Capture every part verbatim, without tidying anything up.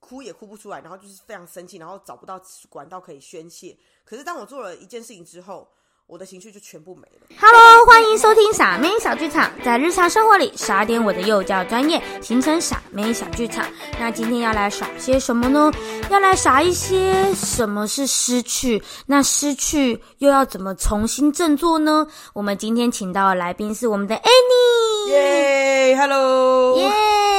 哭也哭不出来，然后就是非常生气，然后找不到管道可以宣泄。可是当我做了一件事情之后，我的情绪就全部没了。 Hello， 欢迎收听傻妹小剧场，在日常生活里耍点我的幼教专业，形成傻妹小剧场。那今天要来耍些什么呢？要来耍一些什么是失去，那失去又要怎么重新振作呢？我们今天请到的来宾是我们的 Annie。 耶 ，Hello， 耶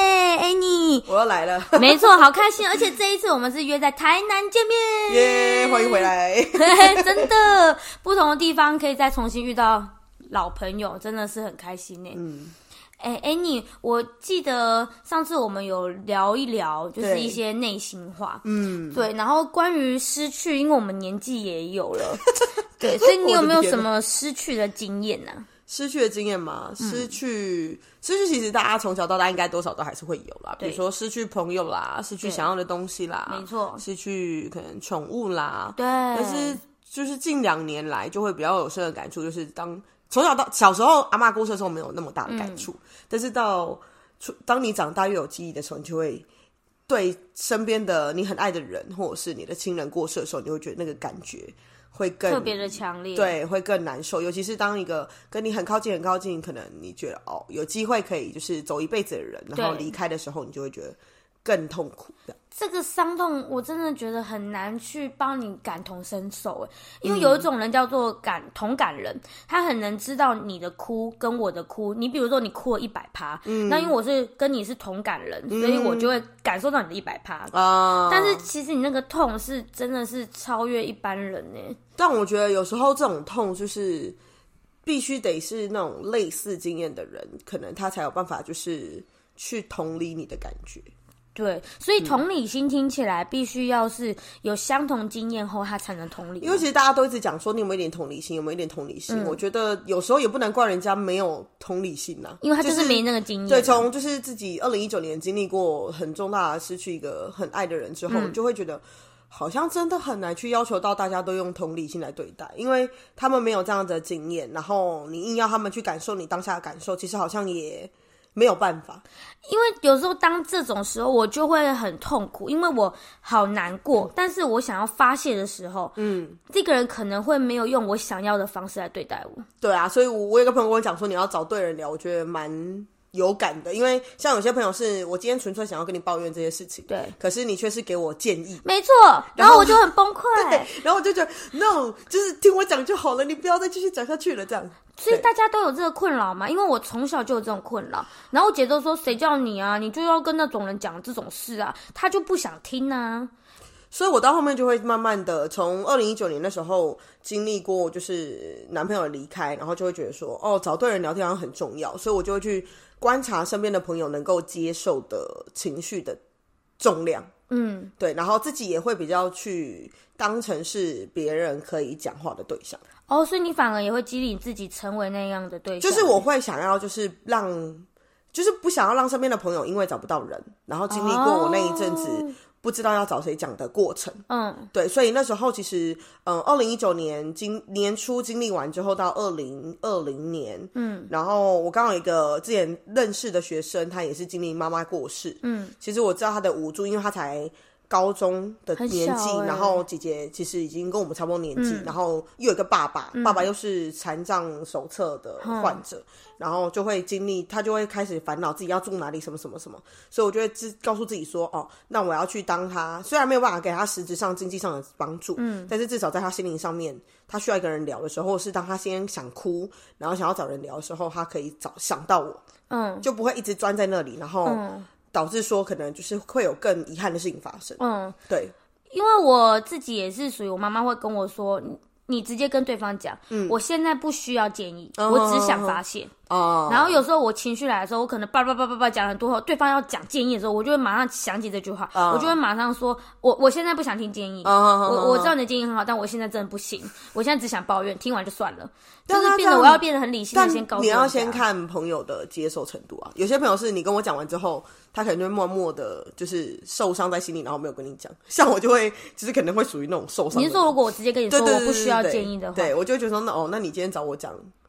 ，Annie， 我要来了， 没错，好开心！而且这一次我们是约在台南见面， 耶，欢迎回来。 真的，不同的地方可以再重新遇到老朋友，真的是很开心耶。嗯，哎、欸、，Annie，我记得上次我们有聊一聊，就是一些内心话，嗯，对，然后关于失去，因为我们年纪也有了，对，所以你有没有什么失去的经验呢、啊？ 失去的经验嘛，失去、嗯、失去其实大家从小到大应该多少都还是会有啦，比如说失去朋友啦，失去想要的东西啦， 没错， 失去可能宠物啦， 对， 但是就是近两年来就会比较有深的感触，就是当从小到小时候阿嬷过世的时候没有那么大的感触、嗯、但是到当你长大越有记忆的时候，你就会对身边的你很爱的人或者是你的亲人过世的时候，你会觉得那个感觉会更特别的强烈， 对，会更难受。尤其是当一个跟你很靠近很靠近，可能你觉得哦有机会可以就是走一辈子的人，然后离开的时候，你就会觉得更痛苦的。 这个伤痛我真的觉得很难去帮你感同身受，因为有一种人叫做感同感人，他很能知道你的哭跟我的哭。你比如说你哭了一百趴，那因为我是跟你是同感人，嗯、所以我就会感受到你的一百趴啊。但是其实你那个痛是真的是超越一般人呢。 但我觉得有时候这种痛就是必须得是那种类似经验的人，可能他才有办法就是去同理你的感觉。 对，所以同理心听起来必须要是有相同经验后他才能同理。 因为其实大家都一直讲说你有没有一点同理心，有没有一点同理心、嗯、我觉得有时候也不能怪人家没有同理心啊， 因为他就是没那个经验、啊就是、对，从就是自己二零一九年经历过很重大的失去一个很爱的人之后、嗯、你就会觉得好像真的很难去要求到大家都用同理心来对待，因为他们没有这样的经验，然后你硬要他们去感受你当下的感受，其实好像也没有办法。 因为有时候当这种时候我就会很痛苦，因为我好难过、嗯、但是我想要发泄的时候，嗯，这个人可能会没有用我想要的方式来对待我。对啊，所以我有个朋友跟我讲说你要找对人聊，我觉得蛮有感的，因为像有些朋友是我今天纯粹想要跟你抱怨这些事情，对，可是你却是给我建议， 没错，然后我就很崩溃， 对，然后我就觉得 no， 就是听我讲就好了，你不要再继续讲下去了，这样。 所以大家都有这个困扰嘛，因为我从小就有这种困扰，然后我姐都说谁叫你啊，你就要跟那种人讲这种事啊，他就不想听啊。 所以我到后面就会慢慢的从二零一九年的时候经历过就是男朋友的离开，然后就会觉得说哦找对人聊天好像很重要，所以我就会去观察身边的朋友能够接受的情绪的重量，嗯，对，然后自己也会比较去当成是别人可以讲话的对象。 哦，所以你反而也会激励你自己成为那样的对象。 就是我会想要就是让就是不想要让身边的朋友因为找不到人，然后经历过我那一阵子、哦不知道要找谁讲的过程，嗯，对，所以那时候其实，嗯，二零一九年经年初经历完之后，到二零二零年，嗯，然后我刚好有一个之前认识的学生，他也是经历妈妈过世，嗯，其实我知道他的无助，因为他才高中的年纪、欸，然后姐姐其实已经跟我们差不多年纪、嗯，然后又有一个爸爸，嗯、爸爸又是残障手册的患者。嗯，然后就会经历，他就会开始烦恼自己要住哪里，什么什么什么，所以我就会自告诉自己说，哦，那我要去当他，虽然没有办法给他实质上经济上的帮助，嗯，但是至少在他心灵上面，他需要一个人聊的时候，或是当他先想哭，然后想要找人聊的时候，他可以找想到我，嗯，就不会一直钻在那里，然后导致说可能就是会有更遗憾的事情发生，嗯，对， 因为我自己也是属于我妈妈会跟我说。你直接跟对方讲、嗯，我现在不需要建议，哦、我只想发泄。哦，然后有时候我情绪来的时候，我可能叭叭叭叭叭讲很多后，对方要讲建议的时候，我就会马上想起这句话，哦、我就会马上说，我我现在不想听建议，哦、我我知道你的建议很好，但我现在真的不行，我现在只想抱怨，听完就算了。就是变得我要变得很理性的先告诉你要先看朋友的接受程度啊。有些朋友是你跟我讲完之后，他可能就会默默的，就是受伤在心里，然后没有跟你讲。像我就会，就是可能会属于那种受伤的。 你是说如果我直接跟你说我不需要建议的话， 对，对我就会觉得说，那哦，那你今天找我讲。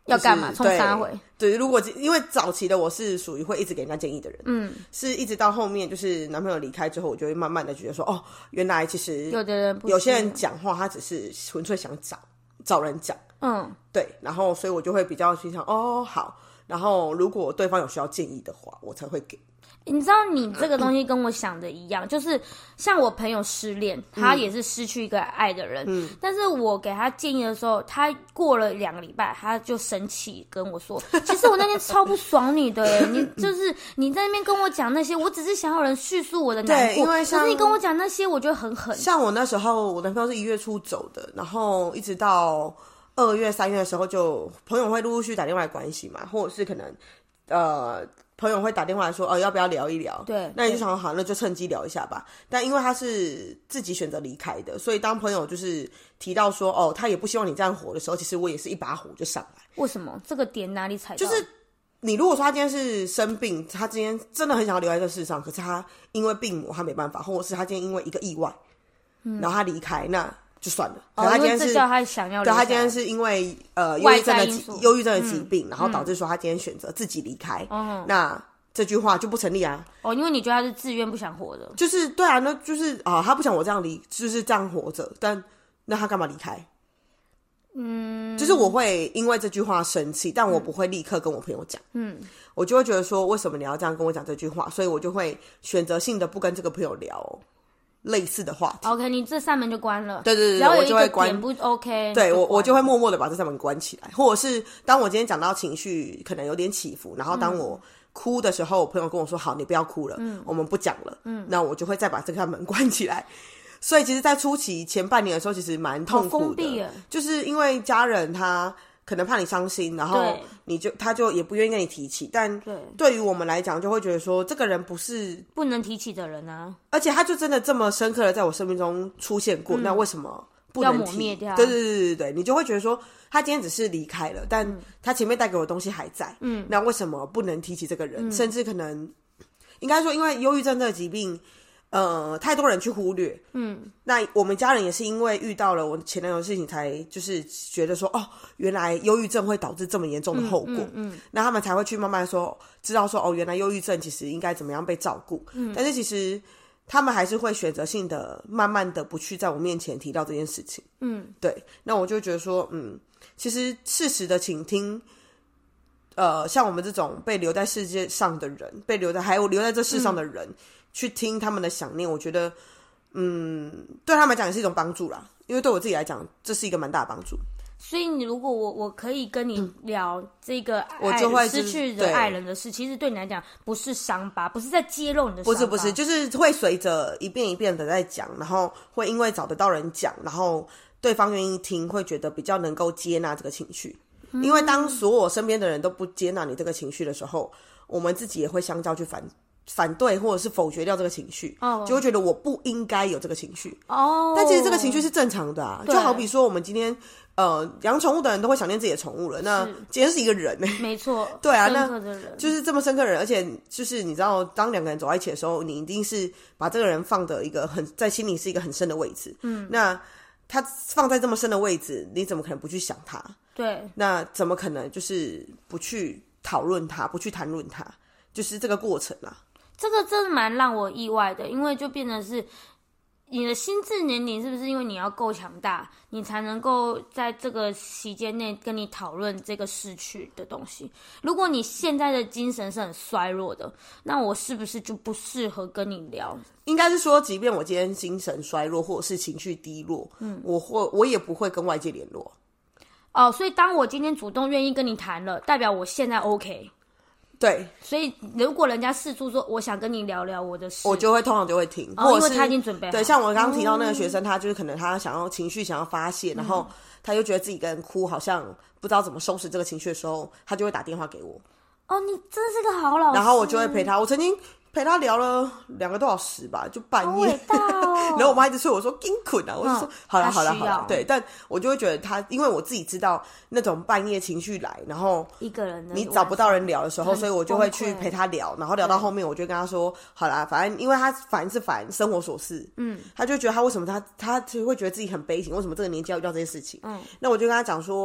要干嘛？冲三回？ 对，如果因为早期的我是属于会一直给人家建议的人，嗯，是一直到后面就是男朋友离开之后，我就会慢慢的觉得说，哦，原来其实有的人不有些人讲话他只是纯粹想找找人讲，嗯，对，然后所以我就会比较心想，哦，好，然后如果对方有需要建议的话，我才会给。 你知道你这个东西跟我想的一样，就是像我朋友失恋，他也是失去一个爱的人，嗯，但是我给他建议的时候，他过了两个礼拜，他就生气跟我说，其实我那天超不爽你的耶，你就是你在那边跟我讲那些，我只是想有人叙述我的难过， 对，因为可是你跟我讲那些，我觉得很狠。 像我那时候，我男朋友是一月初走的，然后一直到二月、三月的时候就，就朋友会陆陆续打电话来关系嘛，或者是可能呃。朋友会打电话来说，哦，要不要聊一聊？ 对， 那你就想好，那就趁机聊一下吧。但因为他是自己选择离开的，所以当朋友就是提到说，哦，他也不希望你这样活的时候，其实我也是一把火就上来。 为什么？这个点哪里踩到？ 就是你如果说他今天是生病，他今天真的很想要留在这世上，可是他因为病魔他没办法，或者是他今天因为一个意外，嗯、然后他离开，那就算了。 哦， 可他今天是因为这叫他想要离开， 对，他今天是因为呃忧郁症的忧郁症的疾病，嗯、然后导致说他今天选择自己离开。嗯，那这句话就不成立啊！ 哦，因为你觉得他是自愿不想活的， 就是对啊，那就是啊，他不想我这样离，就是这样活着，但那他干嘛离开？嗯，就是我会因为这句话生气，但我不会立刻跟我朋友讲。嗯，我就会觉得说，为什么你要这样跟我讲这句话？所以我就会选择性的不跟这个朋友聊类似的话题。 OK， 你这扇门就关了。 对对对，我就会关。 不 OK， 对我我就会默默的把这扇门关起来，或者是当我今天讲到情绪可能有点起伏，然后当我、嗯哭的时候，我朋友跟我说：“好，你不要哭了，嗯，我们不讲了。”嗯，那我就会再把这扇门关起来。所以，其实，在初期前半年的时候，其实蛮痛苦的，就是因为家人他可能怕你伤心，然后你就他就也不愿意跟你提起。但对于我们来讲，就会觉得说，这个人不是不能提起的人啊， 而且他就真的这么深刻的在我生命中出现过，嗯、那为什么不能提？ 要抹灭掉？ 对对对对对，你就会觉得说。他今天只是离开了，但他前面带给我的东西还在。嗯，那为什么不能提起这个人？嗯、甚至可能应该说，因为忧郁症这个疾病，呃，太多人去忽略。嗯，那我们家人也是因为遇到了我前男友的事情，才就是觉得说，哦，原来忧郁症会导致这么严重的后果。嗯，嗯嗯那他们才会去慢慢说，知道说，哦，原来忧郁症其实应该怎么样被照顾。嗯，但是其实。他们还是会选择性的、慢慢的不去在我面前提到这件事情。嗯，对。那我就觉得说，嗯，其实适时的倾听，呃，像我们这种被留在世界上的人，被留在还有留在这世上的人，嗯、去听他们的想念，我觉得，嗯，对他们来讲也是一种帮助啦。因为对我自己来讲，这是一个蛮大的帮助。 所以你如果我我可以跟你聊这个爱、嗯、我就会失去的爱人的事，其实对你来讲不是伤疤，不是在揭露你的伤疤， 不是不是，就是会随着一遍一遍的在讲，然后会因为找得到人讲，然后对方愿意听，会觉得比较能够接纳这个情绪。嗯、因为当所有身边的人都不接纳你这个情绪的时候，我们自己也会相较去反反对或者是否决掉这个情绪， oh. 就会觉得我不应该有这个情绪。哦、oh. 但其实这个情绪是正常的啊，就好比说我们今天。呃，养宠物的人都会想念自己的宠物了。那今天是一个人呢、欸， 没错， 对啊， 深刻的人那就是这么深刻的人，而且就是你知道，当两个人走在一起的时候，你一定是把这个人放的一个很在心里是一个很深的位置。嗯，那他放在这么深的位置，你怎么可能不去想他？ 对， 那怎么可能就是不去讨论他，不去谈论他？就是这个过程啦。 这个真的蛮让我意外的，因为就变成是。你的心智年龄是不是因为你要够强大，你才能够在这个期间内跟你讨论这个逝去的东西？如果你现在的精神是很衰弱的，那我是不是就不适合跟你聊？ 应该是说，即便我今天精神衰弱或者是情绪低落，嗯，我会我也不会跟外界联络。 哦，所以当我今天主动愿意跟你谈了，代表我现在 OK。 对， 所以如果人家试出说我想跟你聊聊我的事， 我就会通常就会听， 哦、因为他已经准备好。 对，像我刚刚提到那个学生，嗯、他就是可能他想要情绪想要发泄，嗯、然后他就觉得自己一个人哭，好像不知道怎么收拾这个情绪的时候，他就会打电话给我。 哦，你真是个好老师。 然后我就会陪他，我曾经陪他聊了两个多小时吧，就半夜。 好伟大哦、 然后我妈一直催我说“紧困啊”，我就说、嗯、好了好了好了。对，但我就会觉得他，因为我自己知道那种半夜情绪来，然后一个人你找不到人聊的时候，所以我就会去陪他聊，然后聊到后面，我就跟他说好啦，反正因为他烦是烦生活琐事，嗯，他就觉得他为什么他他就会觉得自己很悲情，为什么这个年纪要遇到这些事情，嗯，那我就跟他讲说。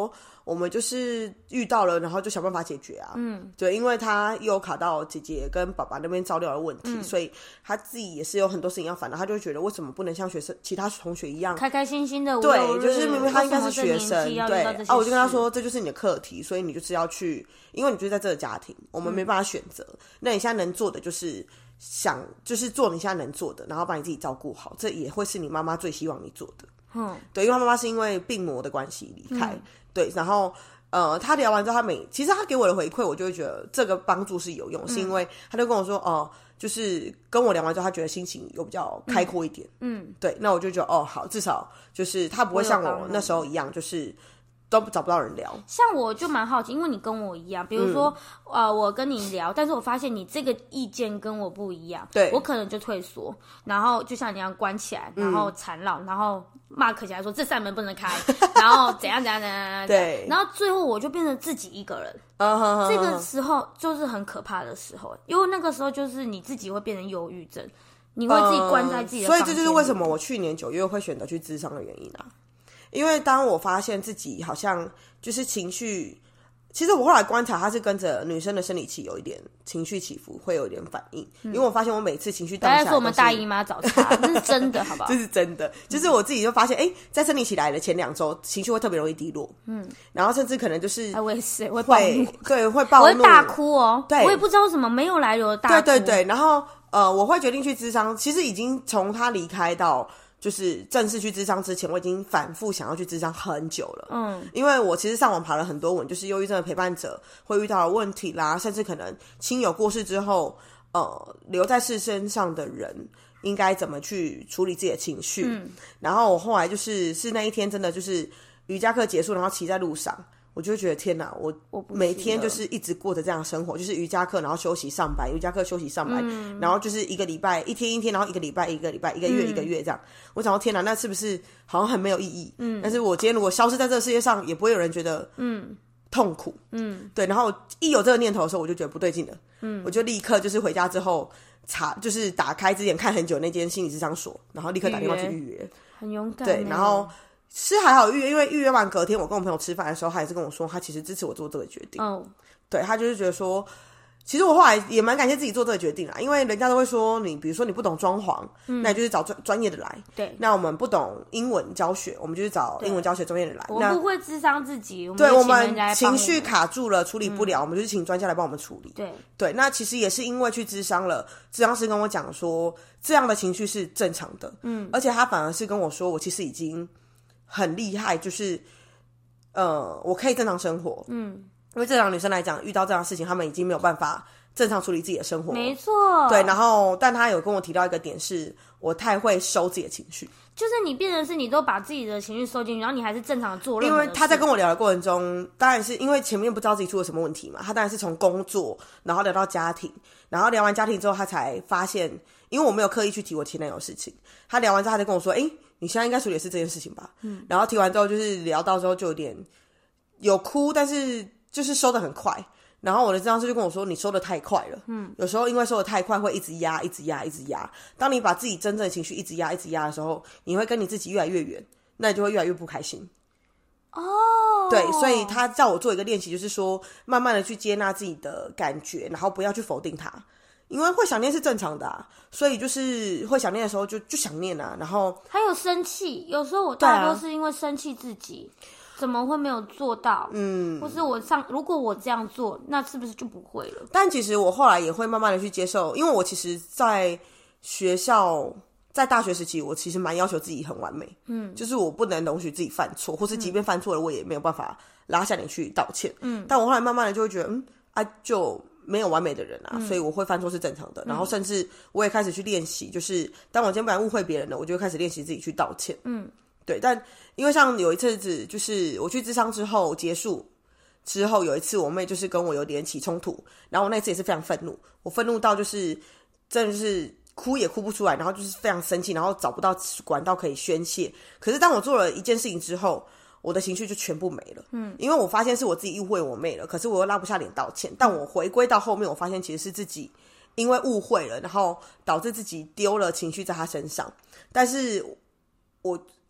我们就是遇到了，然后就想办法解决啊。嗯，对，因为他又有卡到姐姐跟爸爸那边照料的问题，嗯、所以他自己也是有很多事情要烦恼，他就会觉得为什么不能像学生其他同学一样开开心心的？ 对，就是明明他应该是学生，对啊，我就跟他说这就是你的课题，所以你就是要去，因为你就是在这个家庭，我们没办法选择，嗯、那你现在能做的就是想就是做你现在能做的，然后把你自己照顾好，这也会是你妈妈最希望你做的。嗯，对，因为他妈妈是因为病魔的关系离开，嗯、对，然后呃，他聊完之后，他每其实他给我的回馈，我就会觉得这个帮助是有用，嗯、是因为他就跟我说，哦、呃，就是跟我聊完之后，他觉得心情有比较开阔一点，嗯，对，那我就觉得哦，好，至少就是他不会像我那时候一样，就是都找不到人聊。 像我就蛮好奇，因为你跟我一样，比如说、嗯、呃，我跟你聊，但是我发现你这个意见跟我不一样， 对， 我可能就退缩，然后就像你一样关起来，然后缠绕，嗯、然后mark起来说这扇门不能开，然后怎样怎样怎样怎样， 对， 然后最后我就变成自己一个人。 Uh, 这个时候就是很可怕的时候，因为那个时候就是你自己会变成忧郁症，你会自己关在自己的房间里、 呃、所以这就是为什么我去年九月会选择去諮商的原因啊。因为当我发现自己好像就是情绪，其实我后来观察，它是跟着女生的生理期有一点情绪起伏，会有一点反应。嗯、因为我发现我每次情绪当下， 大概是我们大姨妈早茶，这是真的，好不好？ 这是真的，就是我自己就发现，哎、欸，在生理期来的前两周，情绪会特别容易低落，嗯，然后甚至可能就是， 哎，我也是会暴怒， 对，会暴怒， 我会大哭哦， 对， 我也不知道为什么没有来由的大哭， 对对对，然后呃，我会决定去諮商，其实已经从他离开到。就是正式去諮商之前，我已经反复想要去諮商很久了。嗯，因为我其实上网爬了很多文，就是忧郁症的陪伴者会遇到的问题啦，甚至可能亲友过世之后，呃，留在世身上的人应该怎么去处理自己的情绪。嗯，然后我后来就是是那一天真的就是瑜伽课结束，然后骑在路上。我就会觉得天哪，我每天就是一直过着这样的生活，就是瑜伽课，然后休息上班，瑜伽课休息上班，嗯、然后就是一个礼拜一天一天，然后一个礼拜一个礼拜，一个月一个月这样。嗯、我想到天哪，那是不是好像很没有意义？嗯，但是我今天如果消失在这个世界上，也不会有人觉得嗯痛苦。嗯，对。然后一有这个念头的时候，我就觉得不对劲了。嗯，我就立刻就是回家之后查，就是打开之前看很久那间心理咨商所，然后立刻打电话去预约。 很勇敢。 对，然后。是还好预约，因为预约完隔天我跟我朋友吃饭的时候，他也是跟我说他其实支持我做这个决定。哦，对，他就是觉得说其实我后来也蛮感谢自己做这个决定啦，因为人家都会说你比如说你不懂装潢，嗯、那你就是找专专业的来。对，那我们不懂英文教学，我们就是找英文教学专业的来。 我们不会諮商自己， 对， 我们情绪卡住了处理不了，嗯、我们就是请专家来帮我们处理。 对对，那其实也是因为去諮商了，諮商师跟我讲说这样的情绪是正常的，嗯，而且他反而是跟我说我其实已经很厉害，就是呃，我可以正常生活，嗯，因为正常女生来讲，遇到这样的事情，她们已经没有办法正常处理自己的生活， 没错， 对。然后，但她有跟我提到一个点是，我太会收自己的情绪， 就是你变成是你都把自己的情绪收进去，然后你还是正常的做任何的事。 因为他在跟我聊的过程中，当然是因为前面不知道自己出了什么问题嘛，他当然是从工作，然后聊到家庭，然后聊完家庭之后，他才发现，因为我没有刻意去提我前男友的事情，他聊完之后，他就跟我说，哎。你现在应该处理的是这件事情吧？嗯，然后提完之后，就是聊到之后就有点有哭，但是就是收得很快。然后我的咨商师就跟我说：“你收得太快了。”嗯，有时候因为收得太快，会一直压，一直压，一直压。当你把自己真正的情绪一直压，一直压的时候，你会跟你自己越来越远，那你就会越来越不开心。 哦， 对，所以他叫我做一个练习，就是说慢慢的去接纳自己的感觉，然后不要去否定它。因为会想念是正常的啊，所以就是会想念的时候就就想念啊，然后还有生气，有时候我大多是因为生气自己、啊、怎么会没有做到，嗯，或是我上如果我这样做，那是不是就不会了？ 但其实我后来也会慢慢的去接受，因为我其实在学校在大学时期，我其实蛮要求自己很完美，嗯，就是我不能容许自己犯错，或是即便犯错了，我也没有办法拉下脸去道歉，嗯，但我后来慢慢的就会觉得，嗯啊就。没有完美的人啊、嗯、所以我会犯错是正常的、嗯、然后甚至我也开始去练习，就是当我今天不然误会别人了，我就会开始练习自己去道歉，嗯，对。但因为像有一次子就是我去諮商之后结束之后，有一次我妹就是跟我有点起冲突，然后我那次也是非常愤怒，我愤怒到就是真的就是哭也哭不出来，然后就是非常生气，然后找不到管道可以宣泄。可是当我做了一件事情之后，我的情绪就全部没了，嗯，因为我发现是我自己误会我妹了，可是我又拉不下脸道歉，但我回归到后面，我发现其实是自己因为误会了，然后导致自己丢了情绪在她身上，但是我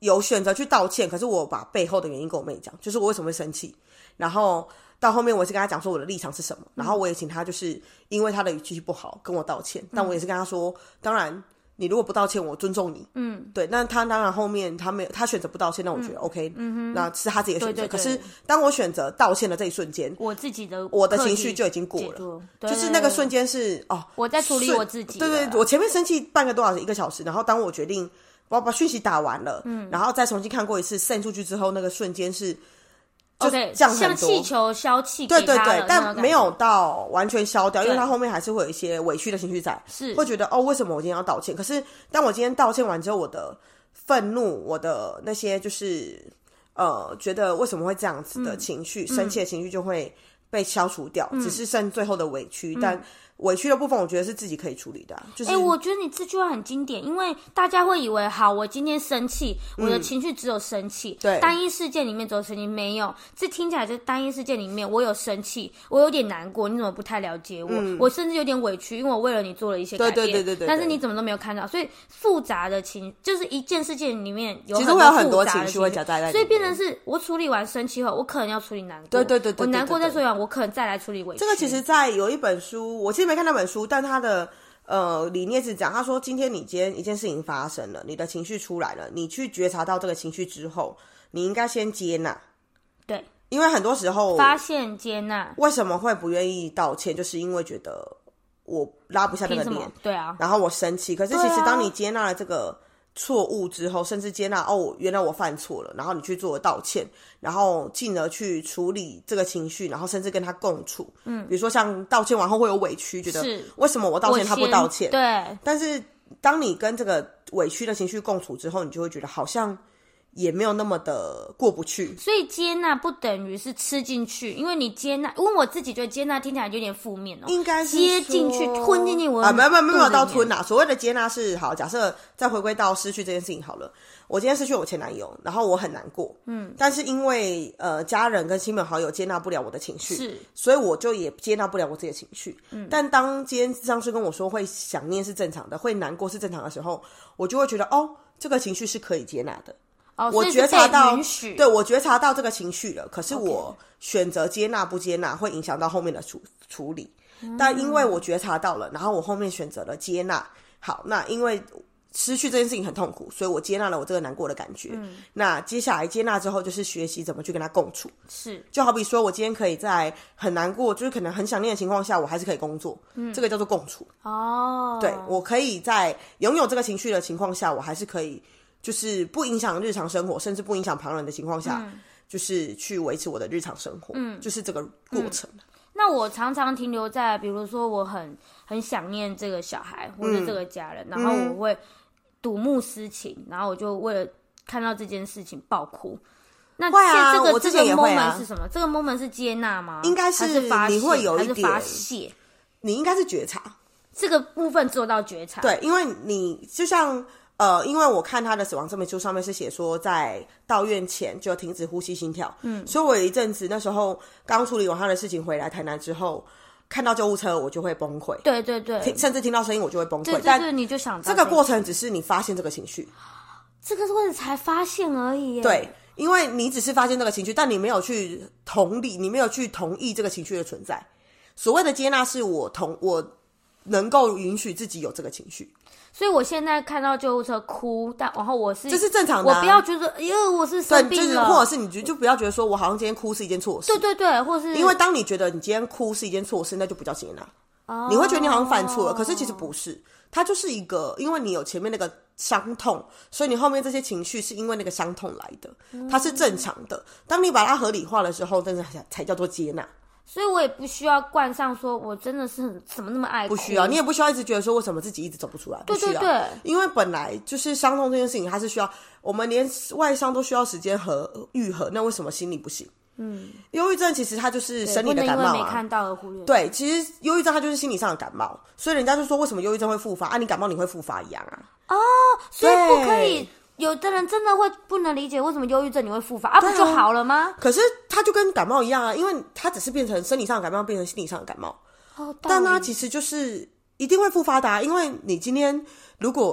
有选择去道歉，可是我把背后的原因跟我妹讲，就是我为什么会生气，然后到后面我也是跟她讲说我的立场是什么，然后我也请她就是因为她的语气不好跟我道歉，但我也是跟她说，当然你如果不道歉我尊重你，嗯，对，那她当然后面她没有她选择不道歉，那我觉得 OK， 嗯哼，那是她自己的选择，对对对，可是当我选择道歉的这一瞬间， 我自己的我的情绪就已经过了，对对对，就是那个瞬间是哦， 我在处理我自己， 对对对，我前面生气半个多小时一个小时，然后当我决定我把讯息打完了，嗯，然后再重新看过一次 send 出去之后，那个瞬间是就降很多， 像气球消气， 对对对，但没有到完全消掉，因为他后面还是会有一些委屈的情绪在， 是会觉得哦，为什么我今天要道歉？可是当我今天道歉完之后，我的愤怒，我的那些就是呃，觉得为什么会这样子的情绪，嗯、生气的情绪就会被消除掉，嗯、只是剩最后的委屈，嗯、但。委屈的部分我觉得是自己可以处理的、啊、就是哎、 欸，我觉得你这句话很经典，因为大家会以为好，我今天生气，我的情绪只有生气、嗯、对，单一事件里面只有生气，没有，这听起来就是单一事件里面我有生气，我有点难过，你怎么不太了解我、嗯、我甚至有点委屈，因为我为了你做了一些改变，对对对对 对, 对，但是你怎么都没有看到，所以复杂的情就是一件事件里面有很多复杂的情绪，其实会有很多情绪会夹在在里面，所以变成是我处理完生气后，我可能要处理难过，对对 对, 对, 对, 对, 对, 对, 对，我难过再处理完，我可能再来处理委屈。 这个其实在有一本书，我其实没看那本书，但他的呃理念是讲，他说今天你今天一件事情发生了，你的情绪出来了，你去觉察到这个情绪之后，你应该先接纳。 对， 因为很多时候发现接纳， 为什么会不愿意道歉，就是因为觉得我拉不下那个脸， 对啊， 然后我生气。可是其实当你接纳了这个错误之后，甚至接纳哦，原来我犯错了，然后你去做道歉，然后进而去处理这个情绪，然后甚至跟他共处。嗯，比如说像道歉完后会有委屈，觉得为什么我道歉他不道歉？ 对。 但是当你跟这个委屈的情绪共处之后，你就会觉得好像也没有那么的过不去。 所以接纳不等于是吃进去，因为你接纳，因为我自己觉得接纳听起来有点负面哦， 应该是接进去吞进去我啊，没有没有没有到吞啊。所谓的接纳是好，假设再回归到失去这件事情好了，我今天失去我前男友，然后我很难过，嗯，但是因为呃家人跟亲朋好友接纳不了我的情绪，是，所以我就也接纳不了我自己的情绪。嗯，但当今天咨商师跟我说会想念是正常的，会难过是正常的时候，我就会觉得哦，这个情绪是可以接纳的。 哦、 我觉察到，对，我觉察到这个情绪了，可是我选择接纳不接纳会影响到后面的处处理、嗯、但因为我觉察到了，然后我后面选择了接纳。好，那因为失去这件事情很痛苦，所以我接纳了我这个难过的感觉、嗯、那接下来接纳之后就是学习怎么去跟他共处。 是， 就好比说我今天可以在很难过，就是可能很想念的情况下，我还是可以工作、嗯、这个叫做共处。 哦， 对，我可以在拥有这个情绪的情况下，我还是可以就是不影响日常生活，甚至不影响旁人的情况下、嗯、就是去维持我的日常生活，嗯，就是这个过程、嗯、 那我常常停留在比如说我很很想念这个小孩或者这个家人、嗯、然后我会睹物思情，然后我就为了看到这件事情爆哭。那会啊， 这个我之前也会啊。 这个 moment 是什么？这个 moment 是接纳吗？ 应该是你会有一点发泄， 你应该是觉察，这个部分做到觉察。 对，因为你就像呃，因为我看他的死亡证明书上面是写说，在到院前就停止呼吸心跳，嗯，所以我有一阵子那时候刚处理完他的事情回来台南之后，看到救护车我就会崩溃， 对对对， 甚至听到声音我就会崩溃。 对对对，你就想到这个过程只是你发现这个情绪， 这个过程才发现而已耶。 对，因为你只是发现这个情绪，但你没有去同理，你没有去同意这个情绪的存在。所谓的接纳是我同我能够允许自己有这个情绪。 所以我现在看到救护车哭，但然后我是这是正常的、啊， 我不要觉得哎呦我是生病了， 对，就是或者是你就就不要觉得说我好像今天哭是一件错事， 对对对，或是因为当你觉得你今天哭是一件错事，那就不叫接纳、哦、你会觉得你好像犯错了，可是其实不是，它就是一个，因为你有前面那个伤痛，所以你后面这些情绪是因为那个伤痛来的，它是正常的。当你把它合理化的时候，真的才叫做接纳。 所以我也不需要冠上说我真的是很怎么那么爱哭， 不需要，你也不需要一直觉得说为什么自己一直走不出来， 对对对， 因为本来就是伤痛这件事情，它是需要我们连外伤都需要时间和愈合，那为什么心理不行？嗯，忧郁症其实它就是生理的感冒啊， 不能因为没看到而忽略。 对，其实忧郁症它就是心理上的感冒，所以人家就说为什么忧郁症会复发啊？你感冒你会复发一样啊。 哦，所以不可以。有的人真的会不能理解为什么忧郁症你会复发啊，不就好了吗？ 可是它就跟感冒一样啊，因为它只是变成生理上的感冒变成心理上的感冒，哦，但它其实就是一定会复发的啊，因为你今天如果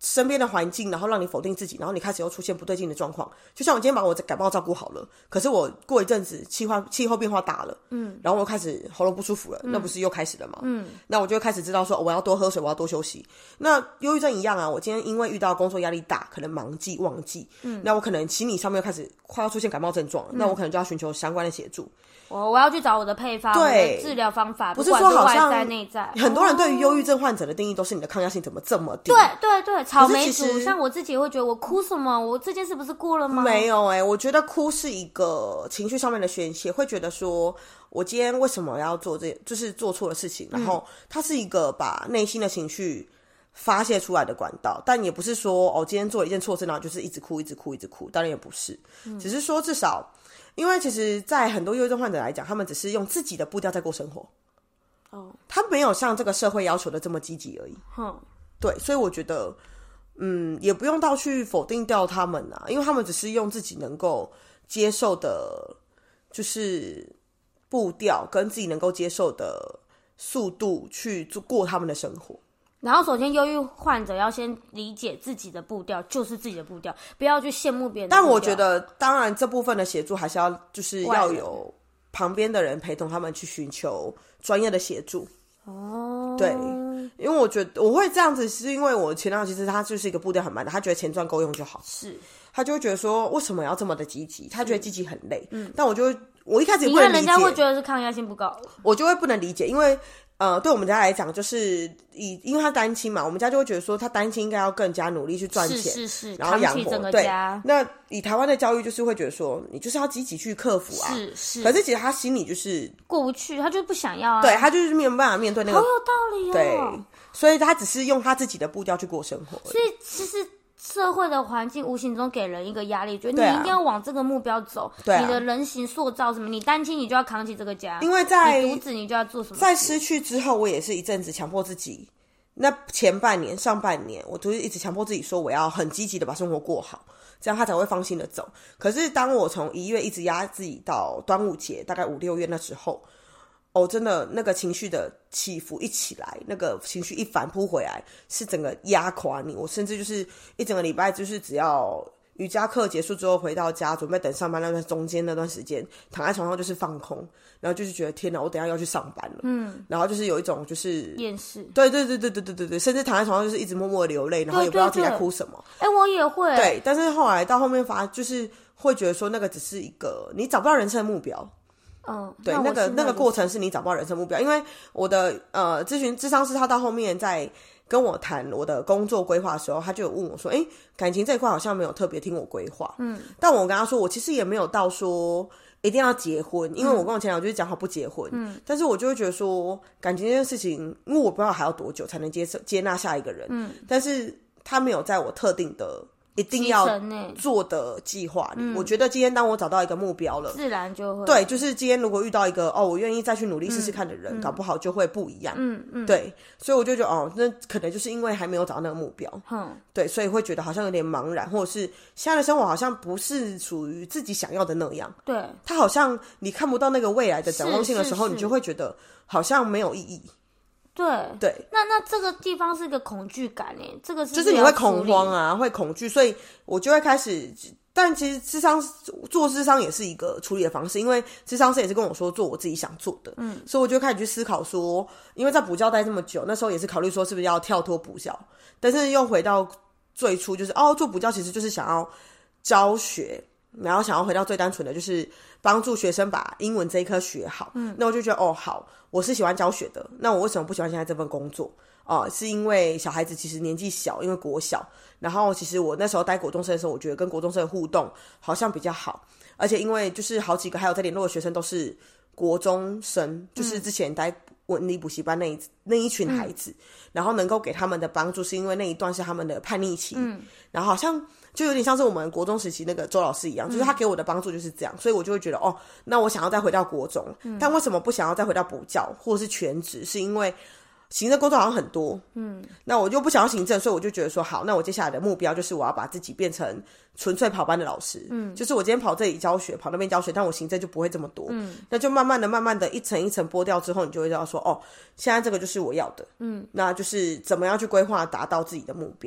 身边的环境，然后让你否定自己，然后你开始又出现不对劲的状况。就像我今天把我的感冒照顾好了，可是我过一阵子气化气候变化大了，嗯，然后我开始喉咙不舒服了，嗯、那不是又开始了吗？嗯，那我就开始知道说、哦、我要多喝水，我要多休息。那忧郁症一样啊，我今天因为遇到工作压力大，可能忙季忘记，嗯，那我可能心理上面又开始快要出现感冒症状，嗯、那我可能就要寻求相关的协助。 我我要去找我的配方，对，治疗方法， 不是说好像外在内在。 很多人对于忧郁症患者的定义都是你的抗压性怎么这么低？ 对对对，草莓族，像我自己也会觉得我哭什么？我这件事不是过了吗？ 没有哎、欸，我觉得哭是一个情绪上面的宣泄，会觉得说我今天为什么要做这，就是做错了事情，然后它是一个把内心的情绪发泄出来的管道，但也不是说哦，今天做了一件错事，然后就是一直哭，一直哭，一直哭，当然也不是，嗯、只是说至少。因为其实在很多忧郁症患者来讲，他们只是用自己的步调在过生活，哦，他没有像这个社会要求的这么积极而已。嗯，对，所以我觉得，嗯，也不用到去否定掉他们啊，因为他们只是用自己能够接受的，就是步调跟自己能够接受的速度去过他们的生活。 然后，首先，忧郁患者要先理解自己的步调就是自己的步调，不要去羡慕别人的步调。 但我觉得，当然这部分的协助还是要，就是要有旁边的人陪同他们去寻求专业的协助。哦，对，因为我觉得我会这样子，是因为我前男友其实他就是一个步调很慢的，他觉得钱赚够用就好， 是， 他就会觉得说为什么要这么的积极？他觉得积极很累。嗯，但我就会，我一开始也不能理解， 你看人家会觉得是抗压性不高， 我就会不能理解，因为。呃，对我们家来讲，就是以因为他单亲嘛，我们家就会觉得说他单亲应该要更加努力去赚钱， 是是是， 然后养活整个家。 对，那以台湾的教育就是会觉得说，你就是要积极去克服啊， 是是。 可是其实他心里就是过不去，他就不想要啊， 对他就是没有办法面对那个， 好有道理哦。 对，所以他只是用他自己的步调去过生活。 所以其实。社会的环境无形中给人一个压力，觉得你一定要往这个目标走，对、啊、你的人形塑造什么，你单亲你就要扛起这个家， 因为在你独子你就要做什么。 在失去之后，我也是一阵子强迫自己，那前半年、上半年，我就是一直强迫自己说，我要很积极的把生活过好，这样他才会放心的走。可是当我从一月一直压自己到端午节，大概五六月那时候。哦，真的那个情绪的起伏一起来，那个情绪一反扑回来，是整个压垮你。我甚至就是一整个礼拜，就是只要瑜伽课结束之后回到家，准备等上班那段中间那段时间，躺在床上就是放空，然后就是觉得天哪，我等一下要去上班了，嗯，然后就是有一种就是厌世， 对对对对对对对对，甚至躺在床上就是一直默默的流泪，然后也不知道自己在哭什么。 哎、欸，我也会， 对，但是后来到后面发，就是会觉得说那个只是一个你找不到人生的目标。 嗯， 对，那个那个过程是你找不到人生目标，因为我的呃咨询諮商师他到后面在跟我谈我的工作规划的时候，他就有问我说，哎，感情这一块好像没有特别听我规划，嗯，但我跟他说，我其实也没有到说一定要结婚，因为我跟我前男友就是讲好不结婚，嗯，但是我就会觉得说感情这件事情，因为我不知道还要多久才能接受接纳下一个人，嗯，但是他没有在我特定的。一定要做的计划里、嗯，我觉得今天当我找到一个目标了， 自然就会对，就是今天如果遇到一个哦，我愿意再去努力试试看的人、嗯，搞不好就会不一样。嗯嗯，对，所以我就觉得哦，那可能就是因为还没有找到那个目标，嗯，对，所以会觉得好像有点茫然，或者是现在的生活好像不是属于自己想要的那样。 对， 它好像你看不到那个未来的展望性的时候，你就会觉得好像没有意义。 对对， 那那这个地方是一个恐惧感诶，这个是就是你会恐慌啊，会恐惧，所以我就会开始。但其实諮商做諮商也是一个处理的方式，因为諮商师也是跟我说做我自己想做的，嗯，所以我就开始去思考说，因为在补教待这么久，那时候也是考虑说是不是要跳脱补教，但是又回到最初，就是哦，做补教其实就是想要教学。然后想要回到最单纯的，就是帮助学生把英文这一科学好。嗯，那我就觉得哦，好，我是喜欢教学的。那我为什么不喜欢现在这份工作？哦、呃，是因为小孩子其实年纪小，因为国小。然后其实我那时候待国中生的时候，我觉得跟国中生的互动好像比较好，而且因为就是好几个还有在联络的学生都是国中生，就是之前待文理补习班那一那一群孩子、嗯，然后能够给他们的帮助，是因为那一段是他们的叛逆期。嗯，然后好像。就有点像是我们国中时期那个周老师一样，就是他给我的帮助就是这样，所以我就会觉得哦，那我想要再回到国中，嗯、但为什么不想要再回到补教或者是全职？是因为行政工作好像很多，嗯，那我就不想要行政，所以我就觉得说好，那我接下来的目标就是我要把自己变成纯粹跑班的老师，嗯，就是我今天跑这里教学，跑那边教学，但我行政就不会这么多，嗯，那就慢慢的、慢慢的一层一层剥掉之后，你就会知道说哦，现在这个就是我要的，嗯，那就是怎么样去规划达到自己的目标，嗯。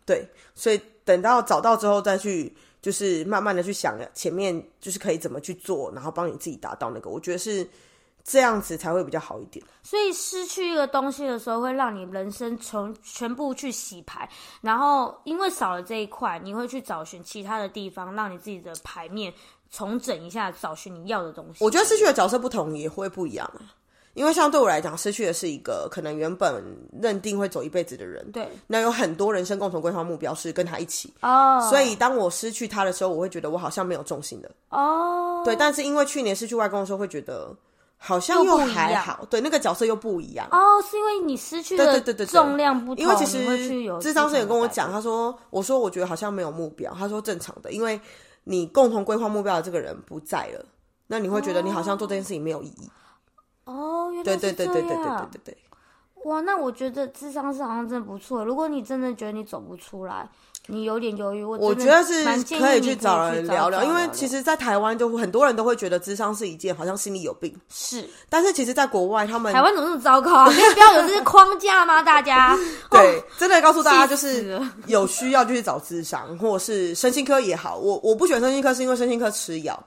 对，所以等到找到之后再去，就是慢慢的去想前面就是可以怎么去做，然后帮你自己达到那个，我觉得是这样子才会比较好一点。 所以失去一个东西的时候，会让你人生从全部去洗牌，然后因为少了这一块，你会去找寻其他的地方，让你自己的牌面重整一下，找寻你要的东西。 我觉得失去的角色不同也会不一样啊。因为像对我来讲，失去的是一个可能原本认定会走一辈子的人， 对， 那有很多人生共同规划目标是跟他一起哦， oh. 所以当我失去他的时候，我会觉得我好像没有重心的哦， oh. 对，但是因为去年失去外公的时候，会觉得好像又还好，对，那个角色又不一样哦， oh, 是因为你失去的重量不同， 因为其实諮商师也跟我讲，他说，我说我觉得好像没有目标，他说正常的，因为你共同规划目标的这个人不在了，那你会觉得你好像做这件事情没有意义。 哦，原来是这样。 对对对对对对对对对。 哇，那我觉得諮商师好像真的不错。如果你真的觉得你走不出来，你有点犹豫，我我觉得是可以去找人聊聊，因为其实，在台湾就很多人都会觉得諮商是一件好像心里有病， 是。 但是其实，在国外他们台湾怎么那么糟糕啊？可以不要有这些框架吗？大家对，真的告诉大家，就是有需要就去找諮商，或者是身心科也好。我我不选身心科，是因为身心科吃药。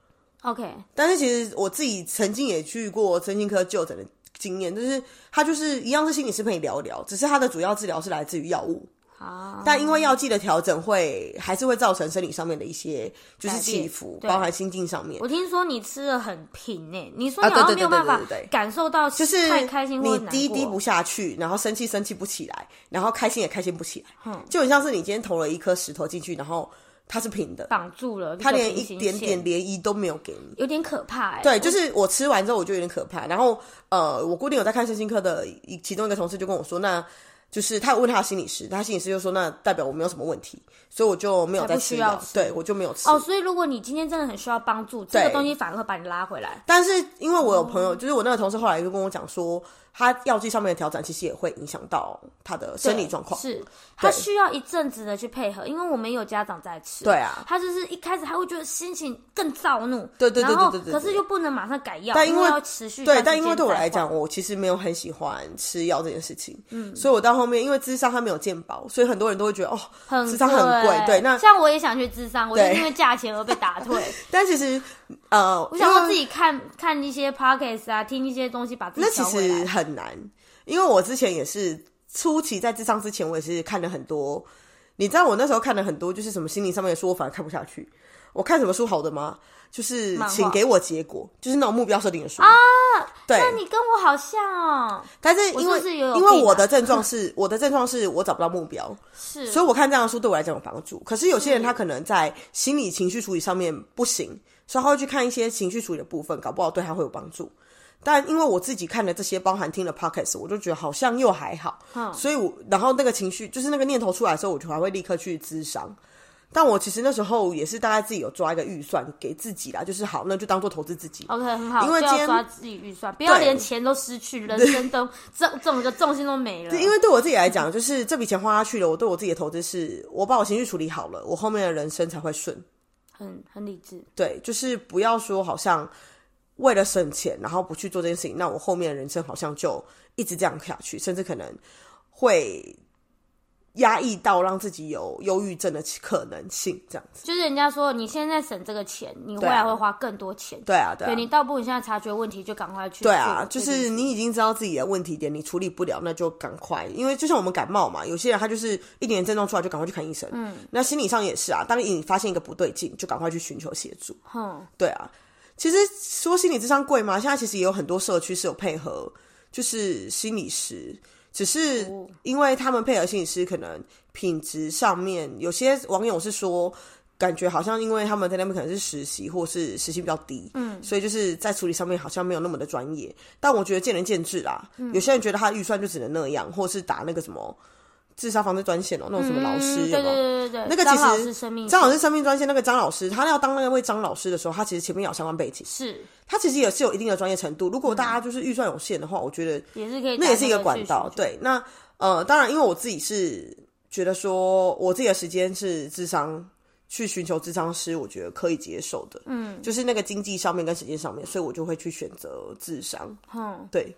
OK， 但是其实我自己曾经也去过身心科就诊的经验，就是他就是一样是心理师陪你聊一聊，只是他的主要治疗是来自于药物啊，但因为药剂的调整会还是会造成生理上面的一些就是起伏，包含心境上面。 我听说你吃的很平诶、欸，你说你好像没有办法感受到就是太开心或你滴滴不下去，然后生气生气不起来，然后开心也开心不起来，嗯，就很像是你今天投了一颗石头进去，然后它是平的， 绑住了， 它连一点点涟漪都没有给你， 有点可怕哎、欸。 对，就是我吃完之后我就有点可怕。然后呃，我固定有在看身心科的其中一个同事就跟我说，那就是他有问他的心理师，他心理师就说那代表我没有什么问题，所以我就没有再吃药，对，我就没有吃。 哦，所以如果你今天真的很需要帮助，这个东西反而会把你拉回来。 但是因为我有朋友，哦、就是我那个同事后来就跟我讲说，他药剂上面的调整其实也会影响到他的生理状况， 是他需要一阵子的去配合，因为我们有家长在吃， 对啊， 他就是一开始他会觉得心情更躁怒， 对对对对对对， 可是又不能马上改药， 但因为要持续对，但因为对我来讲，我其实没有很喜欢吃药这件事情，嗯，所以我到后面因为諮商他没有健保，所以很多人都会觉得哦，諮商很贵，对，那像我也想去諮商，我就因为价钱而被打退， 但其实呃， 我想说自己看看一些 podcast 啊，听一些东西，把自己调回来， 那其实很难。因为我之前也是初期在諮商之前，我也是看了很多，你知道我那时候看了很多，就是什么心理上面的书，我反而看不下去。我看什么书好的吗？就是请给我结果，就是那种目标设定的书啊。 对， 那你跟我好像哦。 但是因为是是有有因为我的症状是我的症状是我找不到目标， 是， 所以我看这样的书对我来讲有帮助。可是有些人他可能在心理情绪处理上面不行，所以他会去看一些情绪处理的部分，搞不好对他会有帮助。但因为我自己看了这些，包含听了 podcast， 我就觉得好像又还好，嗯、所以我然后那个情绪就是那个念头出来的时候，我就还会立刻去諮商。但我其实那时候也是大概自己有抓一个预算给自己啦，就是好，那就当做投资自己。 OK， 很好， 因为今天就要抓自己预算，不要连钱都失去，人生都这整个重心都没了。 对，因为对我自己来讲，就是这笔钱花下去了，我对我自己的投资是，我把我情绪处理好了，我后面的人生才会顺。 很很理智。 对，就是不要说好像为了省钱，然后不去做这件事情，那我后面的人生好像就一直这样下去，甚至可能会压抑到让自己有忧郁症的可能性，这样子。 就是人家说你现在省这个钱，你未来会花更多钱。 对啊，对啊。 对，你倒不如现在察觉问题就赶快去做。 对啊，就是你已经知道自己的问题点，你处理不了，那就赶快。因为就像我们感冒嘛，有些人他就是一点点症状出来就赶快去看医生。嗯，那心理上也是啊，当你发现一个不对劲，就赶快去寻求协助。嗯，对啊。其实说心理諮商贵吗？现在其实也有很多社区是有配合，就是心理师。只是因为他们配合心理师，可能品质上面，有些网友是说，感觉好像因为他们在那边可能是实习，或是实习比较低，嗯，所以就是在处理上面好像没有那么的专业。但我觉得见仁见智啦，嗯、有些人觉得他的预算就只能那样，或是打那个什么自杀防治专线哦，那种什么老师， 嗯、有没有？对对对对， 那个其实张老师生命张老师生命专线那个张老师，他要当那位张老师的时候，他其实前面有相关背景， 是他其实也是有一定的专业程度。如果大家就是预算有限的话，我觉得也是可以， 那也是一个管道。对，那呃，当然，因为我自己是觉得说，我自己的时间是諮商去寻求諮商师，我觉得可以接受的，嗯，就是那个经济上面跟时间上面，所以我就会去选择諮商，嗯，对。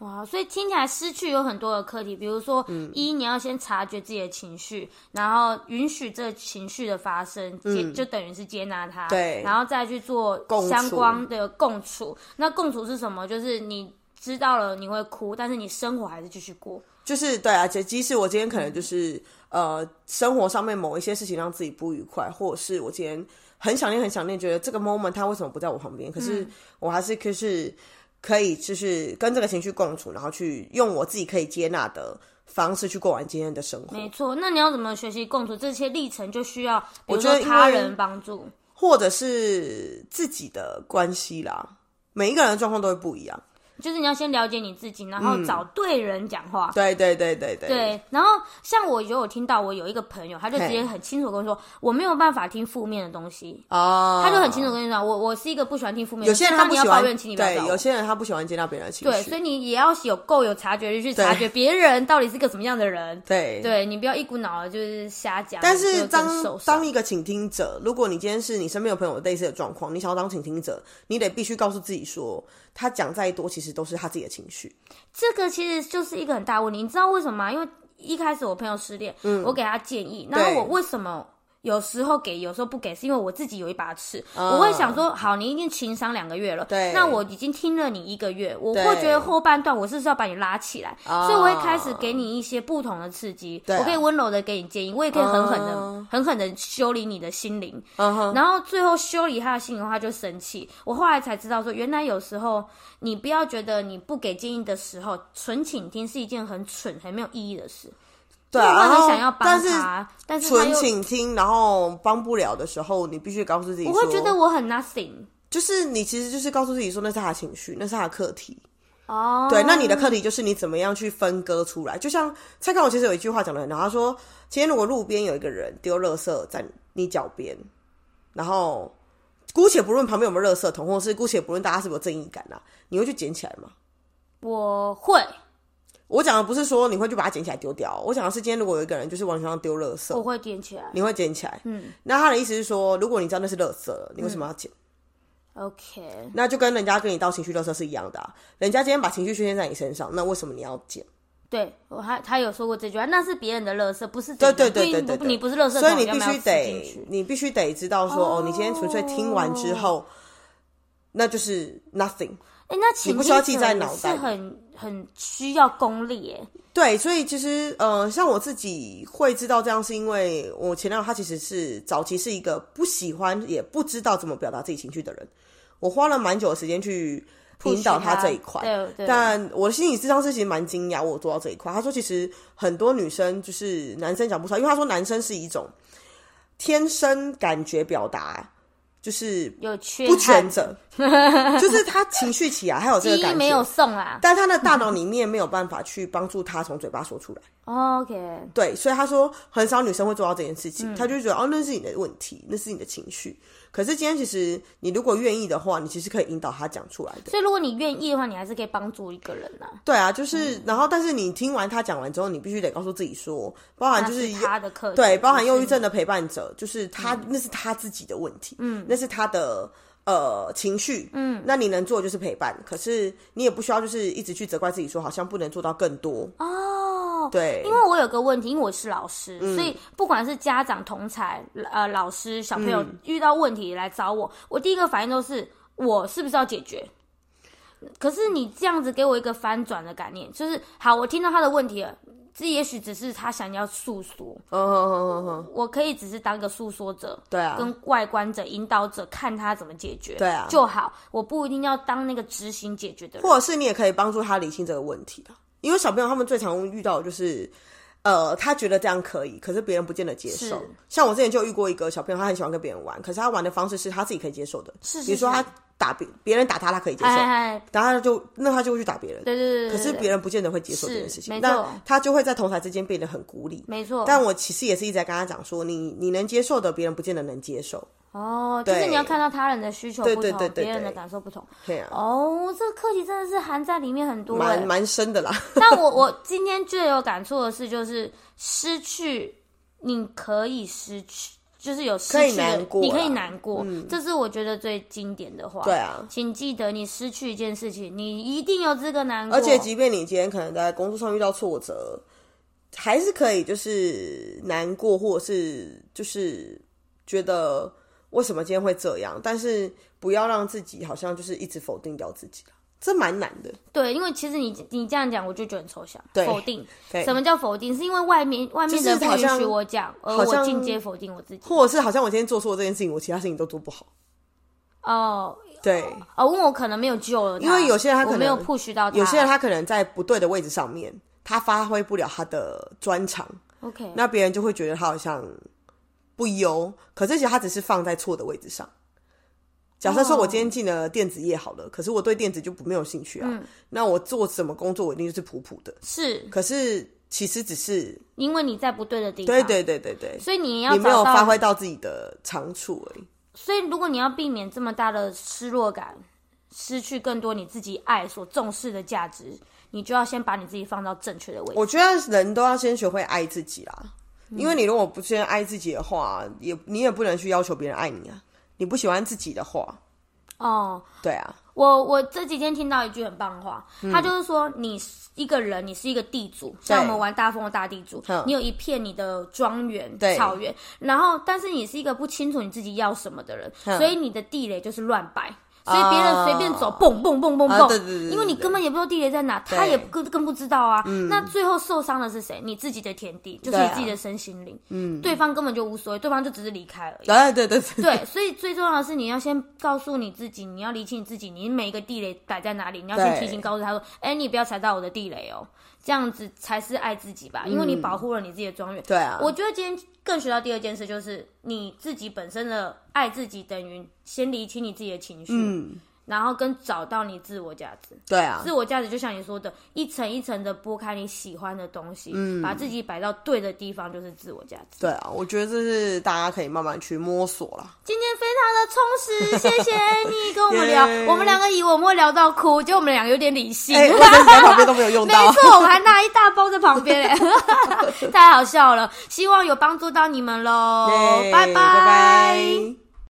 哇，所以听起来失去有很多的课题，比如说，嗯、一你要先察觉自己的情绪，然后允许这个情绪的发生，嗯、就等于是接纳它， 对， 然后再去做相关的共处。那共处是什么？就是你知道了你会哭，但是你生活还是继续过。 就是对啊，即使我今天可能就是、嗯、呃，生活上面某一些事情让自己不愉快，或者是我今天很想念很想念，觉得这个 moment 他为什么不在我旁边？可是我还是可是。可以就是跟这个情绪共处，然后去用我自己可以接纳的方式去过完今天的生活。 没错，那你要怎么学习共处？这些历程就需要，比如说他人帮助， 或者是自己的关系啦。每一个人的状况都会不一样。 就是你要先了解你自己，然后找对人讲话、 嗯。对对对对对。 对，然后像我有听到我有一个朋友，他就直接很清楚跟我说，我没有办法听负面的东西。哦。他就很清楚跟你说，我我是一个不喜欢听负面的东西。 有些人他不喜欢， 怨，请你不要对，有些人他不喜欢接纳别人的情绪。 对，所以你也要有够有察觉力去察觉别人到底是个什么样的人。 对。 对，你不要一股脑的就是瞎讲。 但是当当一个倾听者，如果你今天是你身边有朋友有类似的状况，你想要当倾听者，你得必须告诉自己说，他讲再多，其实都是他自己的情绪。 这个其实就是一个很大问题，你知道为什么吗？因为一开始我朋友失恋、嗯、我给他建议，然后我为什么有时候给有时候不给，是因为我自己有一把尺、嗯、我会想说好，你已经情商两个月了，对，那我已经听了你一个月，我会觉得后半段我是不是要把你拉起来、嗯、所以我会开始给你一些不同的刺激、啊、我可以温柔的给你建议，我也可以狠狠的、嗯、狠狠的修理你的心灵、嗯、然后最后修理他的心灵的话就生气。我后来才知道说，原来有时候你不要觉得你不给建议的时候纯倾听是一件很蠢很没有意义的事。 对啊， 很想要帮他，但是纯倾听，然后帮不了的时候，你必须告诉自己说， 我会觉得我很 nothing。 就是你其实就是告诉自己说，那是他的情绪，那是他的课题。哦，对，那你的课题就是你怎么样去分割出来。就像蔡康永其实有一句话讲得很好，他说：今天如果路边有一个人丢垃圾在你脚边，然后姑且不论旁边有没有垃圾桶，或者是姑且不论大家是不是有正义感啊，你会去捡起来吗？ 我会。 我讲的不是说你会去把它捡起来丢掉，我讲的是今天如果有一个人就是往墙上丢垃圾， 我会捡起来。 你会捡起来？嗯。那他的意思是说，如果你知道那是垃圾了，你为什么要捡、 嗯、？OK。 那就跟人家跟你倒情绪垃圾是一样的、啊，人家今天把情绪宣泄在你身上，那为什么你要捡？ 对，我他他有说过这句话，那是别人的垃圾，不是对对对对 对, 对， 你不是垃圾桶， 所以你必须得，你必须得知道说，哦，哦你今天纯粹听完之后，那就是 nothing。 哎，那倾听者你不需要记在脑袋， 是很很需要功力耶。 对，所以其实呃，像我自己会知道这样，是因为我前男友他其实是早期是一个不喜欢也不知道怎么表达自己情绪的人，我花了蛮久的时间去引导他这一块。 对对。 但我的心理咨商师其实蛮惊讶我做到这一块，他说其实很多女生就是男生讲不出来，因为他说男生是一种天生感觉表达。就是有缺不全者，就是他情绪起来，还有这个感觉没有送啦， 但他的大脑里面没有办法去帮助他从嘴巴说出来。 Oh, OK， 对，所以他说很少女生会做到这件事情，嗯、他就觉得哦，那是你的问题，那是你的情绪。可是今天其实你如果愿意的话，你其实可以引导他讲出来的。 所以如果你愿意的话，你还是可以帮助一个人啊。 对啊，就是、嗯、然后但是你听完他讲完之后，你必须得告诉自己说，包含就是那是他的课题， 对，包含忧郁症的陪伴者，就是他、嗯、那是他自己的问题，嗯，那是他的。呃，情绪，嗯，那你能做的就是陪伴，可是你也不需要就是一直去责怪自己说好像不能做到更多哦。 对， 因为我有个问题，因为我是老师，嗯、所以不管是家长、同侪、呃老师、小朋友、嗯、遇到问题来找我，我第一个反应都是我是不是要解决？可是你这样子给我一个翻转的概念，就是好，我听到他的问题了。这也许只是他想要诉说，哦哦哦哦，我可以只是当个诉说者， 对啊， 跟外观者、引导者，看他怎么解决， 对啊， 就好。我不一定要当那个执行解决的人， 或者是你也可以帮助他理清这个问题的。因为小朋友他们最常遇到的就是，呃，他觉得这样可以，可是别人不见得接受。像我之前就遇过一个小朋友，他很喜欢跟别人玩，可是他玩的方式是他自己可以接受的， 是是是， 比如说他。打别别人打他，他可以接受，然后他就那他就会去打别人， 对对 对, 对。 可是别人不见得会接受这件事情，那他就会在同侪之间变得很孤立， 没错。 但我其实也是一直在跟他讲说，你你能接受的，别人不见得能接受。 哦，就是你要看到他人的需求不同， 对对对对对， 别人的感受不同。 对啊。 哦，这个课题真的是含在里面很多， 蛮蛮深的啦。 但我我今天最有感触的是，就是失去，你可以失去。 就是有失去的， 可以难过， 你可以难过、嗯，这是我觉得最经典的话。 对啊， 请记得你失去一件事情，你一定有资格难过。 而且，即便你今天可能在工作上遇到挫折，还是可以就是难过，或者是就是觉得为什么今天会这样，但是不要让自己好像就是一直否定掉自己了。这蛮难的。 对，因为其实你你这样讲，我就觉得很抽象。 对， 否定。什么叫否定？是因为外面外面的人不允许我讲，而我进阶否定我自己， 或者是好像我今天做错这件事情，我其他事情都做不好。 哦， 对， 哦，因为我可能没有救了他， 因为有些人他可能我没有 push 到他， 有些人他可能在不对的位置上面，他发挥不了他的专长。 OK， 那别人就会觉得他好像不优，可是其实他只是放在错的位置上。假设说我今天进了电子业好了， oh. 可是我对电子就不没有兴趣啊、嗯，那我做什么工作我一定就是普普的。 是， 可是其实只是因为你在不对的地方。 对对对对对， 所以你要你没有发挥到自己的长处而已。 所以如果你要避免这么大的失落感，失去更多你自己爱所重视的价值，你就要先把你自己放到正确的位置。 我觉得人都要先学会爱自己啦，嗯、因为你如果不先爱自己的话，也你也不能去要求别人爱你啊。你不喜欢自己的话， 哦， 对啊， 我我这几天听到一句很棒的话，嗯、他就是说，你一个人，你是一个地主，像我们玩大风的大地主，你有一片你的庄园、草原，然后但是你是一个不清楚你自己要什么的人，所以你的地雷就是乱摆。所以别人随便走，蹦蹦蹦蹦蹦，因为你根本也不知道地雷在哪，他也更更不知道啊。嗯、那最后受伤的是谁？你自己的田地，就是你自己的身心灵。嗯，对方根本就无所谓，对方就只是离开而已。 对对对对。 对，所以最重要的是你要先告诉你自己，你要理清你自己，你每一个地雷摆在哪里，你要先提醒告诉他说：“哎、欸，你不要踩到我的地雷哦。”这样子才是爱自己吧，因为你保护了你自己的庄园。 对啊， 我觉得今天更学到第二件事，就是你自己本身的爱自己，等于先理清你自己的情绪。嗯。然后跟找到你自我价值。 对啊， 自我价值就像你说的，一层一层的剥开你喜欢的东西，嗯，把自己摆到对的地方，就是自我价值。 对啊，我觉得这是大家可以慢慢去摸索啦。 今天非常的充实，谢谢你跟我们聊。yeah. 我们两个以为我们会聊到哭，结果我们两个有点理性。 哎、欸，我在旁边都没有用到。 没错，我们还拿一大包在旁边，太好笑了。希望有帮助到你们喽， yeah, 拜拜。